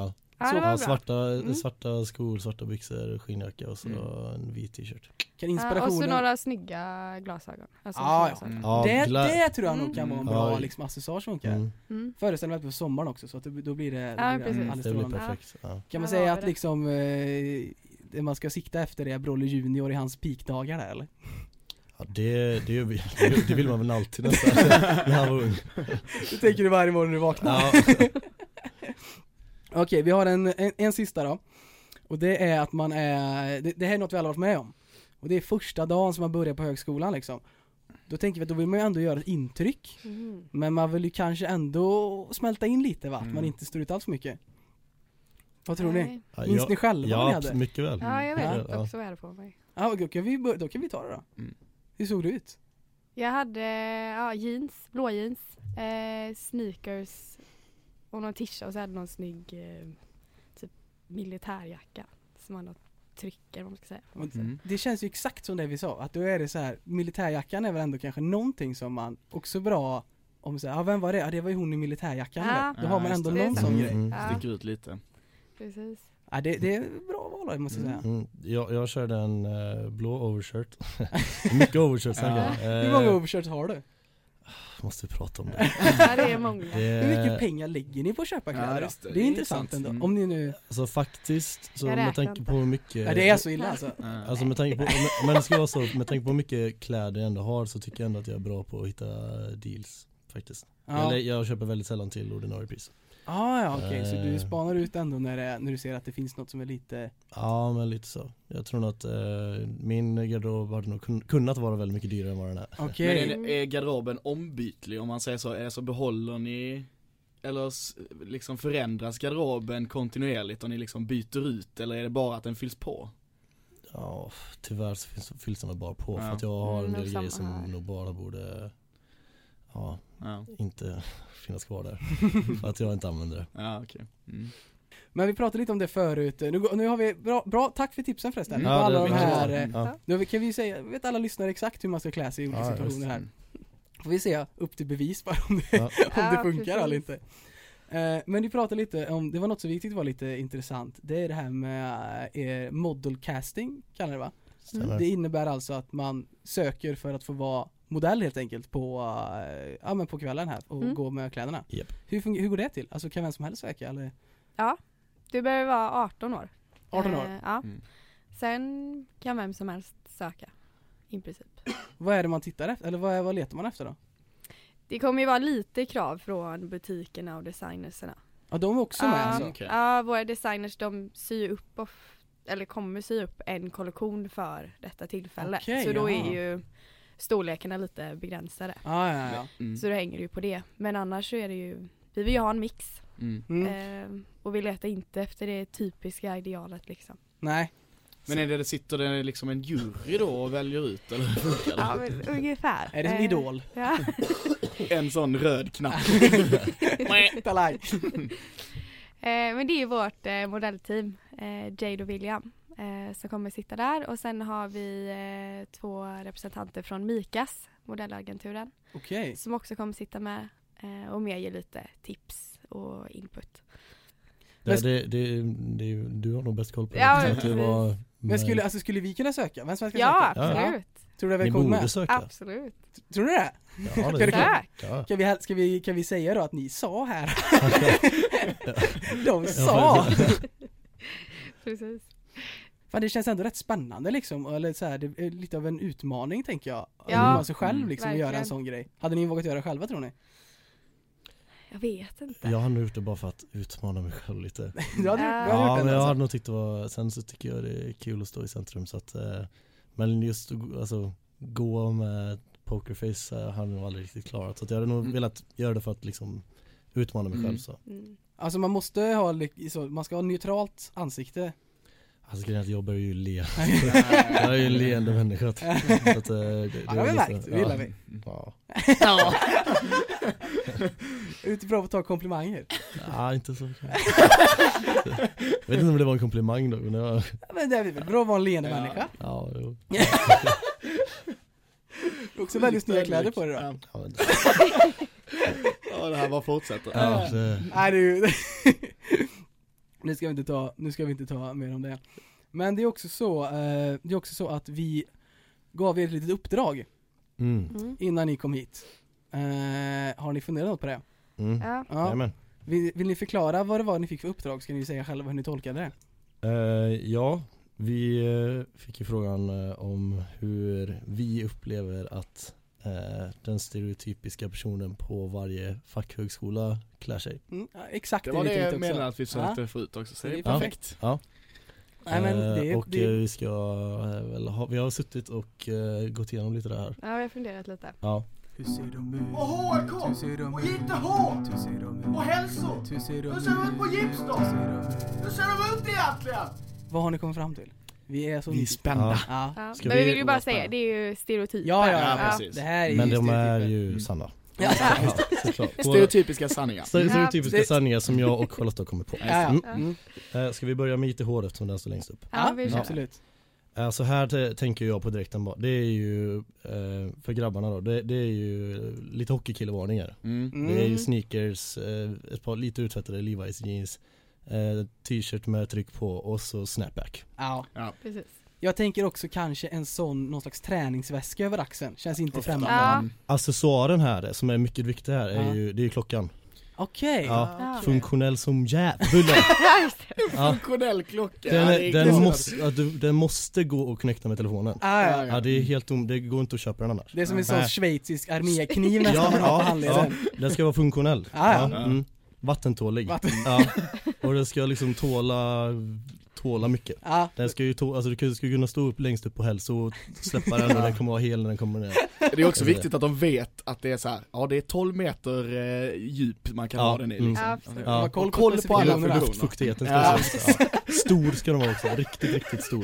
Så svarta skor, svarta byxor, skinnjacka och så en vit t-shirt. Och så några snygga glasögon. Alltså det tror jag nog kan vara en bra liksom, accessoar som funkar. Föreställer mig på sommaren också så att då blir det alldeles strålande. Perfekt. Kan man säga att liksom det man ska sikta efter är Broly Junior i hans peakdagar där, eller? Ja, det vill man väl alltid nästan när han var ung. Det tänker du varje morgon när du vaknar. Okej, vi har en sista då. Och det är att man är... Det här är något vi alla varit med om. Och det är första dagen som man börjar på högskolan liksom. Då tänker vi att då vill man ju ändå göra ett intryck. Men man vill ju kanske ändå smälta in lite, va? Att man inte står ut alls för mycket. Vad tror ni? Minns ni själva vad ni hade? Ja, mycket väl. Ja, jag vet också vad jag hade på mig. Ja, då kan vi ta det då. Hur såg det ut? Jag hade jeans, blå jeans, sneakers och någon tisha och så hade någon snygg typ militärjacka som man trycker, vad man ska säga. Det känns ju exakt som det vi sa, att då är det så här, militärjackan är väl ändå kanske någonting som man också bra om så här, vem var det? Ja, det var ju hon i militärjackan. Då har man ändå någon sån grej. Sticker ut lite. Precis. Ja, det är bra val, måste jag säga. Jag körde en blå overshirt. Mycket overshirts här. Hur många overshirts har du? Måste vi prata om det. Ja, det är många. Hur mycket pengar lägger ni på att köpa kläder? Det är intressant ändå. Om ni nu... Alltså faktiskt, så med tanke på hur mycket... Ja, det är så illa alltså. Alltså med tanke på, men det ska vara så, med tanke på hur mycket kläder jag ändå har så tycker jag ändå att jag är bra på att hitta deals, faktiskt. Jag köper väldigt sällan till ordinarie pris. Okej. Så du spanar ut ändå när du ser att det finns något som är lite... Ja, men lite så. Jag tror nog att min garderob hade nog kunnat vara väldigt mycket dyrare än vad den är. Okay. Men är garderoben ombytlig om man säger så? Är så behåller ni eller liksom förändras garderoben kontinuerligt och ni liksom byter ut, eller är det bara att den fylls på? Ja, tyvärr så fylls den bara på för att jag har en del grejer som nog bara borde inte finnas kvar där för att jag inte använder det. Ja, okej. Men vi pratade lite om det förut. Nu har vi bra, tack för tipsen förresten. På alla de här. Nu kan vi säga, vet alla lyssnare exakt hur man ska klä sig i olika situationer här. Får vi se upp till bevis bara om det funkar eller inte. Men vi pratade lite om, det var något som vi tyckte var lite intressant. Det är det här med model casting, kallar det, va? Det innebär alltså att man söker för att få vara modell helt enkelt på kvällen här och gå med kläderna. Yep. Hur går det till? Alltså kan vem som helst söka eller? Ja, du behöver vara 18 år. 18 år? Ja. Sen kan vem som helst söka, i princip. Vad är det man tittar efter? Eller vad letar man efter då? Det kommer ju vara lite krav från butikerna och designerserna. Ja, de är också med alltså? Okay. Ja, våra designers, de syr upp eller kommer sy upp en kollektion för detta tillfälle. Okay, så då är ju storlekarna lite begränsade. Ja. Så då hänger det ju på det. Men annars så är det ju, vi vill ju ha en mix. Och vi letar inte efter det typiska idealet liksom. Nej. Men är det sitter det liksom en jury då och väljer ut, eller hur funkar det? Ja, men ungefär. Är det en idol? Ja. En sån röd knapp. Men det är vårt modellteam, Jade och William, som kommer sitta där. Och sen har vi 2 representanter från Mikas, modellagenturen. Okay. Som också kommer sitta med och mer ge lite tips och input. Du har nog bäst koll på det. Ja, men skulle vi kunna söka? Vem ska söka? Ja, absolut. Tror du det är ni borde söka? Absolut. Tror du det? Ja, det kan vi säga då att ni sa här? De sa. Precis. Fan, det känns ändå rätt spännande liksom, eller så här, det är lite av en utmaning tänker jag. Ja, man sig själv liksom göra en sån grej. Hade ni vågat göra det själva, tror ni? Jag vet inte. Jag har nog gjort det bara för att utmana mig själv lite. Men jag hade nog tyckt det var, sen så tycker jag det är kul att stå i centrum så att, men just alltså gå med pokerface har jag nog aldrig riktigt klarat, så att jag hade nog velat göra det för att liksom utmana mig själv så. Alltså man måste ha man ska ha neutralt ansikte. Alltså grejen är att jag börjar ju le. Jag är ju en leende människa. Så att, det har vi märkt, det gillar vi. Ja. Ja. Är du inte bra på att ta komplimanger? Ja, inte så. Jag vet inte om det var en komplimang då. Men, ja, men det är väl bra att vara en leende människa. Ja, jo. Du har också väldigt snygga kläder på dig då. Ja, det här bara fortsätter. Ja, Nej, du. Nu ska vi inte ta mer om det. Men det är också så att vi gav er ett litet uppdrag innan ni kom hit. Har ni funderat på det? Ja. Vill ni förklara vad det var ni fick för uppdrag? Ska ni säga själva hur ni tolkade det? Ja, vi fick ju frågan om hur vi upplever att den stereotypiska personen på varje fackhögskola klär sig. Exakt. Det var det jag menade att vi sökte förut också, så det är perfekt. Ja. Nej, men vi ska vi har suttit och gått igenom lite det här. Ja, vi har funderat lite. Ja. Hur ser de ut? Och HK! Och inte H! Hur ser de ut? Och hälsor! Hur ser de ut på Gipsdal? Hur ser de ut egentligen? Vad har ni kommit fram till? Vi är spända. Ja. Ja. Men vi vill ju bara säga, det är ju stereotyper. Ja, precis. Det här är men ju de är ju sanna. Ja. Stereotypiska sanningar. Stereotypiska sanningar som jag och Charlotte har kommit på. Ska vi börja med ITH eftersom den står längst upp? Ja, absolut. Så här tänker jag på direkten bara. Det är ju för grabbarna då. Det är ju lite hockeykillevarningar. Det är ju sneakers, ett par lite uttvättade Levi's jeans, t-shirt med tryck på och så snapback. Ja, precis. Jag tänker också kanske någon slags träningsväska över axeln. Känns inte främmande. Ja. Accessoaren här det är mycket viktigt här är ju, det är ju klockan. Okej. Ja, funktionell som jävlar. Funktionell klocka. Den måste gå och knäcka med telefonen. Ja, det är helt det går inte att köpa den annars. Det är som en sån schweizisk armékniv nästan man har på handleden. Den ska vara funktionell. Vattentålig. Och den ska liksom tåla mycket. Den ska ju du ska kunna stå upp längst upp på hälso och släppa den och den kommer vara hel när den kommer ner. Det är också viktigt att de vet att det är så här, det är 12 meter djup man kan ha den i liksom. Koll på alla luftfuktigheten stor ska de vara också, riktigt stor.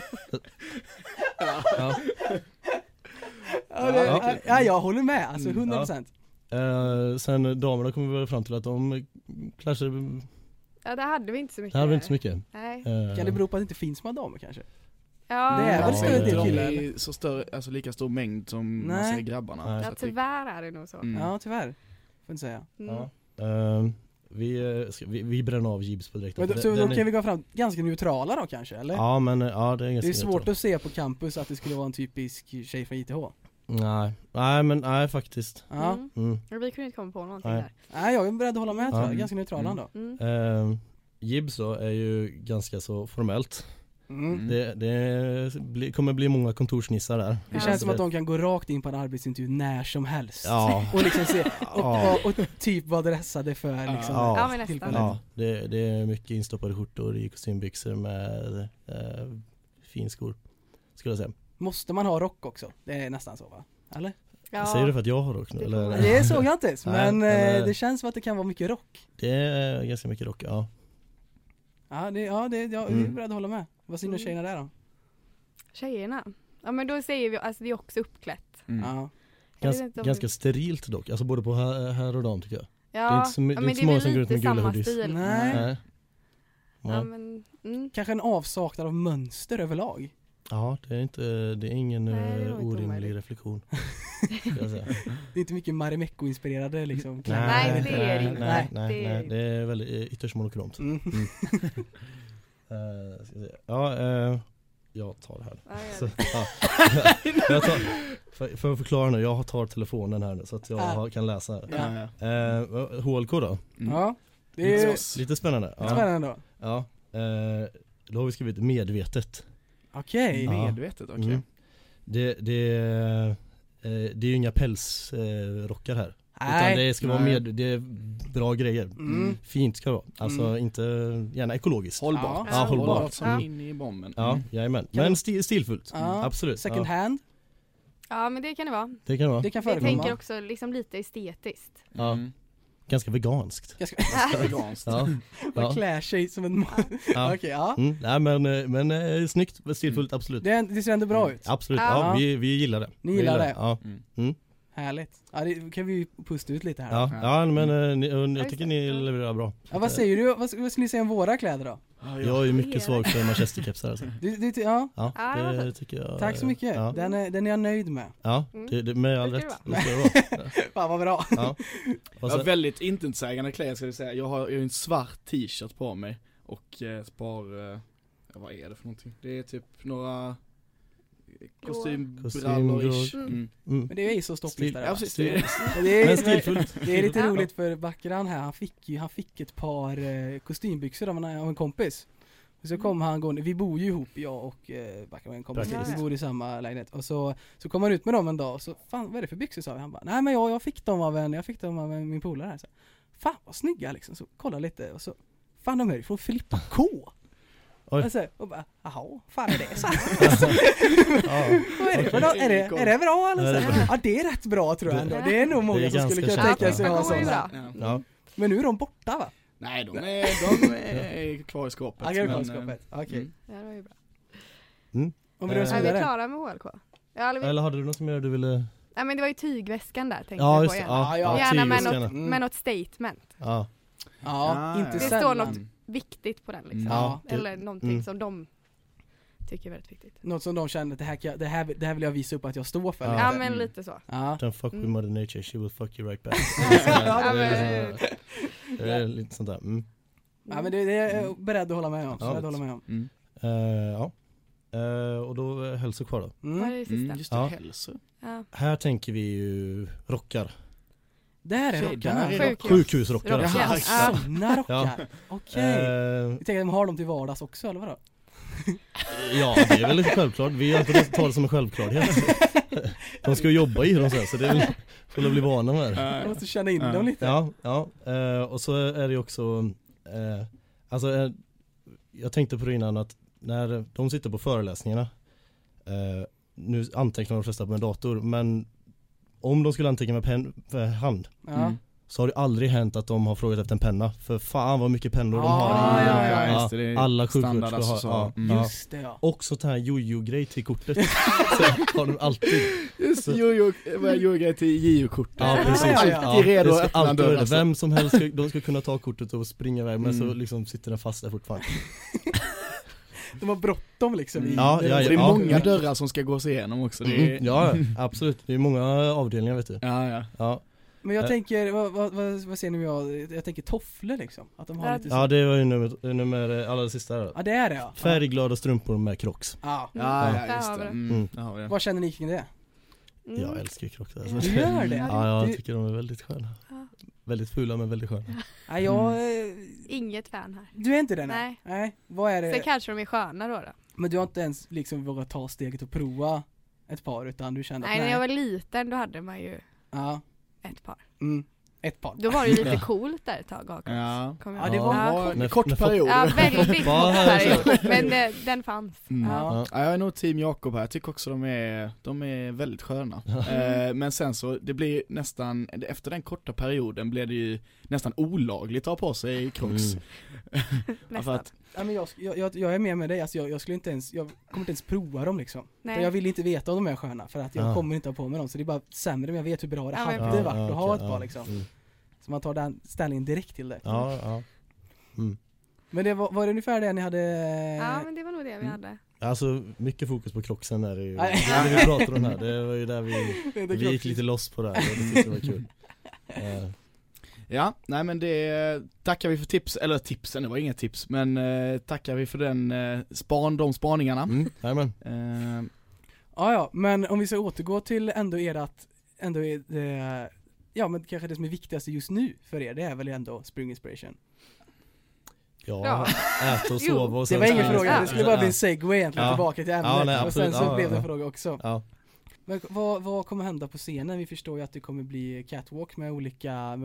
Jag håller med, alltså 100%. Sen damerna kommer vi väl fram till att de klär sig. Ja, det hade vi inte så mycket. Nej. Kan det bero på att det inte finns några damer kanske? Ja, det är väl större del killar. Det är så större, alltså lika stor mängd som man ser grabbarna. Ja, tyvärr är det nog så. Ja, tyvärr. Får inte säga. Vi bränner av Jibs på direkt. Så då kan vi gå fram ganska neutrala då kanske, eller? Ja, men det är ganska. Det är svårt att se på campus att det skulle vara en typisk tjej från ITH. Nej, faktiskt. Vi kunde inte komma på någonting där. Nej, jag är beredd att hålla med, tror jag. Ganska neutrala då. Jibs då är ju ganska så formellt. Det kommer bli många kontorsnissar där. Det känns som att de kan gå rakt in på en arbetsintervju när som helst. Och liksom se och typ vara dressade för liksom. Men nästan. Det är mycket instoppade skjortor i kostymbyxor med finskor, skulle jag säga. Måste man ha rock också? Det är nästan så, va? Eller? Ja. Säger du för att jag har rock nu? Eller? Det såg jag inte, men det känns som att det kan vara mycket rock. Det är ganska mycket rock, jag är beredd att hålla med. Vad syns tjejerna där då? Tjejerna? Ja, men då säger vi, alltså det är också uppklätt. Ganska sterilt dock, alltså både på här och dam tycker jag. Ja, det är inte så, men det är väl lite samma stil. Nej. Ja, men, kanske en avsaknad av mönster överlag. Ja, det är ingen orimlig reflektion. Det är inte mycket Marimekko-inspirerade liksom. Nej, det är det inte. Nej, det är väldigt ytterst monokromt. Jag tar det här. För att förklara nu, jag tar telefonen här nu så att jag kan läsa här. HLK då? Ja, det är lite spännande. Spännande då. Ja, då har vi skrivit medvetet. Okej. Medvetet, okej. Det är ju inga pälsrockar här. Nej. Utan det ska vara det är bra grejer. Fint ska det vara. Alltså inte gärna ekologiskt. Hållbart. Ja, hållbart som in i bomben. Ja, jajamän. Men stilfullt. Absolut. Second hand. Ja, men det kan det vara. Det kan vara. Det kan jag tänker också liksom lite estetiskt. ganska veganskt. Ganska veganskt. Ja. Man klär sig som en Ja. Okej, ja. Nej men snyggt, stilfullt, absolut. Det ser ändå bra ut. Absolut, Ja. vi gillar det. Ni gillar det? Ja. Härligt. Ja, det kan vi pusta ut lite här. Ja, men jag tycker ni levererar bra. Ja, vad säger du? Vad skulle ni säga om våra kläder då? Jag är ju mycket svag för Manchester-kepsar alltså. Ja. Ja, det tycker jag. Tack så mycket. Ja. Den är jag nöjd med. Ja, det med all Det ska rätt. det Det ska det vara. Fan vad bra. Ja. Och Jag så, har väldigt intetsägande kläder ska jag säga. Jag har en svart t-shirt på mig och ett par, vad är det för någonting? Det är typ några kostymbrallor-ish. Men det är ju så stoppligt där. Ja, precis. men stilfullt. Det är lite Ja. roligt för Backran här, han fick ett par kostymbyxor av en kompis. Och så kom han gående, vi bor ju ihop, jag och Backran och en kompis, Praktiskt. vi bor i samma lägenhet. Och så kom han ut med dem en dag och så, fan vad är det för byxor, sa vi. Han bara, nej men jag fick dem av min polare här. Så, fan vad snygga liksom, så kolla lite och så, fan de är från Filippa K. Alltså, och bara, jaha, fan är det så? Ja. Vad är det för något? Är det bra eller så? Ja, det är rätt bra tror jag ändå. Det är nog många Det är som skulle ganska kunna känt, tänka sig ja. att ha Ja, det var sådana. ju Ja. Men nu är de borta va? Nej, de är kvar i skåpet. Ja, kvar i men, skåpet. Okej. Ja, det var ju bra. Om vi rör oss Är vi vidare. klara med HLK? Ja, Eller hade du något mer du ville? Nej, men det var ju tygväskan där tänkte Ja, jag just på det. igen. Ja, Gärna med tygväskan. något, med något statement. Ja. Ja, inte Det står sällan. något viktigt på den liksom. Ja. Eller någonting som de tycker är väldigt viktigt. Något som de känner att det här vill jag visa upp att jag står för. Ja. Ja, lite. men lite så. Ja. Don't fuck with mother nature, she will fuck you right back. Ja, men- Det är lite sånt där. Ja, men det är jag beredd att hålla med om. Ja. Beredd att hålla med om. Ja. Och då är hälso kvar då. Vad är det sista? Just det, Ja. hälso. Ja. Här tänker vi ju rockar. Där är Okej, rockarna. där är Sjukhusrockar. Rockar. Jaha, Ja. Såna rockar. Okej. Eh, Vi tänker att de har dem till vardags också, eller vadå? ja, det är väl lite självklart. Vi har inte tagit det som en självklarhet. De ska ju jobba i dem sen, så det är väl för att bli vana med det. Jag måste känna in dem lite. Ja. Och så är det ju också jag tänkte på det innan att när de sitter på föreläsningarna, nu antecknar de flesta på en dator, men om de skulle anteckna med hand Ja. så har det aldrig hänt att de har frågat efter en penna. För fan vad mycket pennor de Ah, har i. ja, just det, det är alla standard sjuksköterskor alltså, har. så. Ja. Just det, ja. Och sånt här jojo-grej till kortet. Så har de alltid. Just jojo-grej till JO-kortet. Ja, precis. Alltid redo det att ska öppna alltid dörren, vara det. alltså. Vem som helst de ska kunna ta kortet och springa iväg, men så liksom sitter den fast där fortfarande. De har bråttom liksom. Ja, Så det är många dörrar som ska gås igenom också. Det är... Ja, absolut. Det är många avdelningar, vet du. Ja. Men jag tänker, vad ser ni om jag tänker tofflor liksom? Att de har lite så. Ja, det var ju nummer allra sista där. Ja, det är det ja. Färgglada strumpor med Crocs. Ja. Ja, Där just har det. vi det. Har vi det. Vad känner ni kring det? Jag älskar Crocs. Alltså. Du gör det? Ja, jag Du- tycker de är väldigt sköna. Ja. Väldigt fula men väldigt sköna. Nej, jag... Inget fan här. Du är inte det? Nej. Nej. Vad är Sen det? kanske de är sköna då. Men du har inte ens liksom vågat ta steget och prova ett par, utan du kände Nej, när jag var liten då hade man ju Ja. ett par. Ett par. Då var det ju lite coolt där ett tag. Ja. Kommer Ja, jag det ihåg. var Ja. En kort period. Ja, väldigt kort Vad här- period. Men den fanns. Ja. Ja, jag är nog team Jakob här. Jag tycker också de är väldigt sköna. Men sen så, det blir nästan, efter den korta perioden blev det ju nästan olagligt att ha på sig Crocs. Nästan. För att, Ja, men jag är med dig, alltså jag kommer inte ens prova dem liksom. Nej. Jag vill inte veta om de är sköna, för att jag Ja. kommer inte ha på mig dem, så det är bara sämre, men jag vet hur bra det Ja, men hade precis. varit att ha ett okej, par liksom. Så man tar den ställningen direkt till det. Ja. Men det var det ungefär det ni hade? Ja, men det var nog det vi hade. Alltså mycket fokus på Crocsen är det ju. Nej. När vi pratar om det här, det var ju där Det är vi gick Crocs. lite loss på det här. Det tyckte jag var kul. ja, nej men det tackar vi för tipsen, det var inga tips, men tackar vi för de spaningarna. Jajamän. Ja, men om vi ska återgå till ändå är det, ja, men kanske det som är viktigaste just nu för er, det är väl ändå Spring Inspiration. Ja, äta och Jo, sova och Det sen var ingen så- fråga, det skulle bara bli en segway egentligen Ja. tillbaka till ämnet. Ja, nej, och sen absolut. så Ja, blev det ja. en fråga också. Ja. Men vad kommer hända på scenen? Vi förstår ju att det kommer bli catwalk med olika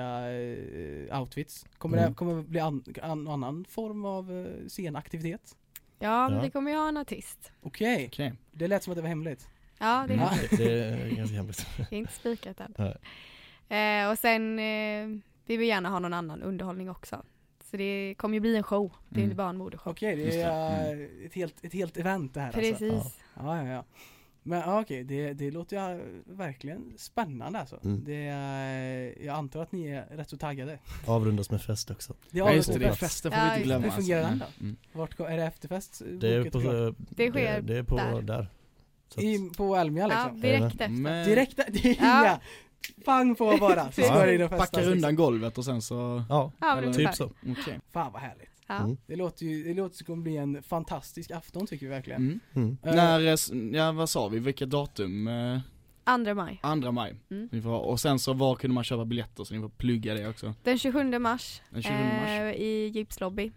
outfits. Kommer det bli annan form av scenaktivitet? Ja, Ja. vi kommer ju ha en artist. Okej. Okej. Det lät som att det var hemligt. Ja, det är, Ja. Det är ganska hemligt. det är inte spikat än. Nej. Och sen vi vill gärna ha någon annan underhållning också. Så det kommer ju bli en show. Det är inte bara en modeshow. Okej, det är ett helt event det här. Precis. Alltså. Ja. Men okej, det låter ju verkligen spännande alltså. Jag antar att ni är rätt så taggade. Avrundas med fest också. Just det, festen får vi inte glömma. Hur fungerar den då? Vart är det efterfest? Det sker där. På Elmia liksom? Ja, direkt efter. Direkt, det är inga pang på bara. Så ska det packar undan golvet och sen så... Ja, typ så. Okay. Fan vad härligt. Ja. Det låter som att bli en fantastisk afton tycker vi verkligen. När, vad sa vi? Vilket datum? 2 maj. 2 maj. Och sen så var kunde man köpa biljetter så ni får plugga det också? Den 27 mars. I Jeeps lobby.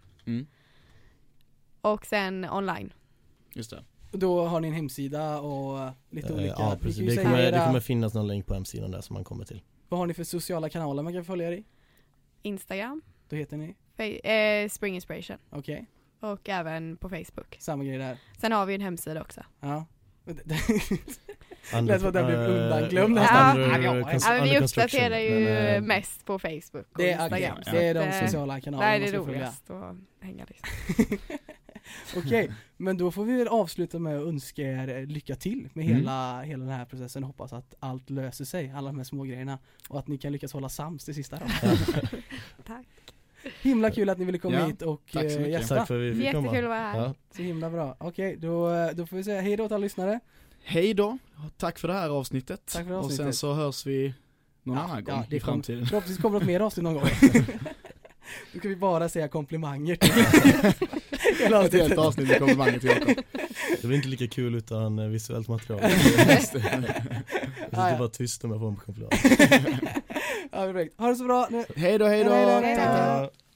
Och sen online. Just det. Då har ni en hemsida och lite olika... Ja, precis. Det kommer finnas någon länk på hemsidan där som man kommer till. Vad har ni för sociala kanaler man kan följa er i? Instagram. Då heter ni? Spring Inspiration. Okej. Och även på Facebook. Samma grej där. Sen har vi en hemsida också. Ja. Lät som att den blev undanglömd nästan. Vi uppdaterar ju mest på Facebook och Instagram. Det är de sociala kanalerna. Nej, det är roligast att hänga liksom. Okej, men då får vi väl avsluta med att önska er lycka till med hela den här processen. Hoppas att allt löser sig, alla de här små grejerna. Och att ni kan lyckas hålla sams till sista då. Tack. Himla kul att ni ville komma hit och gästa. Tack för att vi fick komma. Jättekul att vara här. Ja. Så himla bra. Okej, då får vi säga hej då till alla lyssnare. Hej då. Tack för det här avsnittet. Tack för avsnittet. Och sen så hörs vi någon annan gång i framtiden. Förhoppningsvis kommer det mer avsnitt någon gång. Då kan vi bara säga komplimanger till ett helt avsnitt med komplimanger till Jakob. Det blir inte lika kul utan visuellt material. Jag sitter bara tyst om jag får en komplimang. Ja, perfekt. Ha det så bra nu. Hej då. Hej då.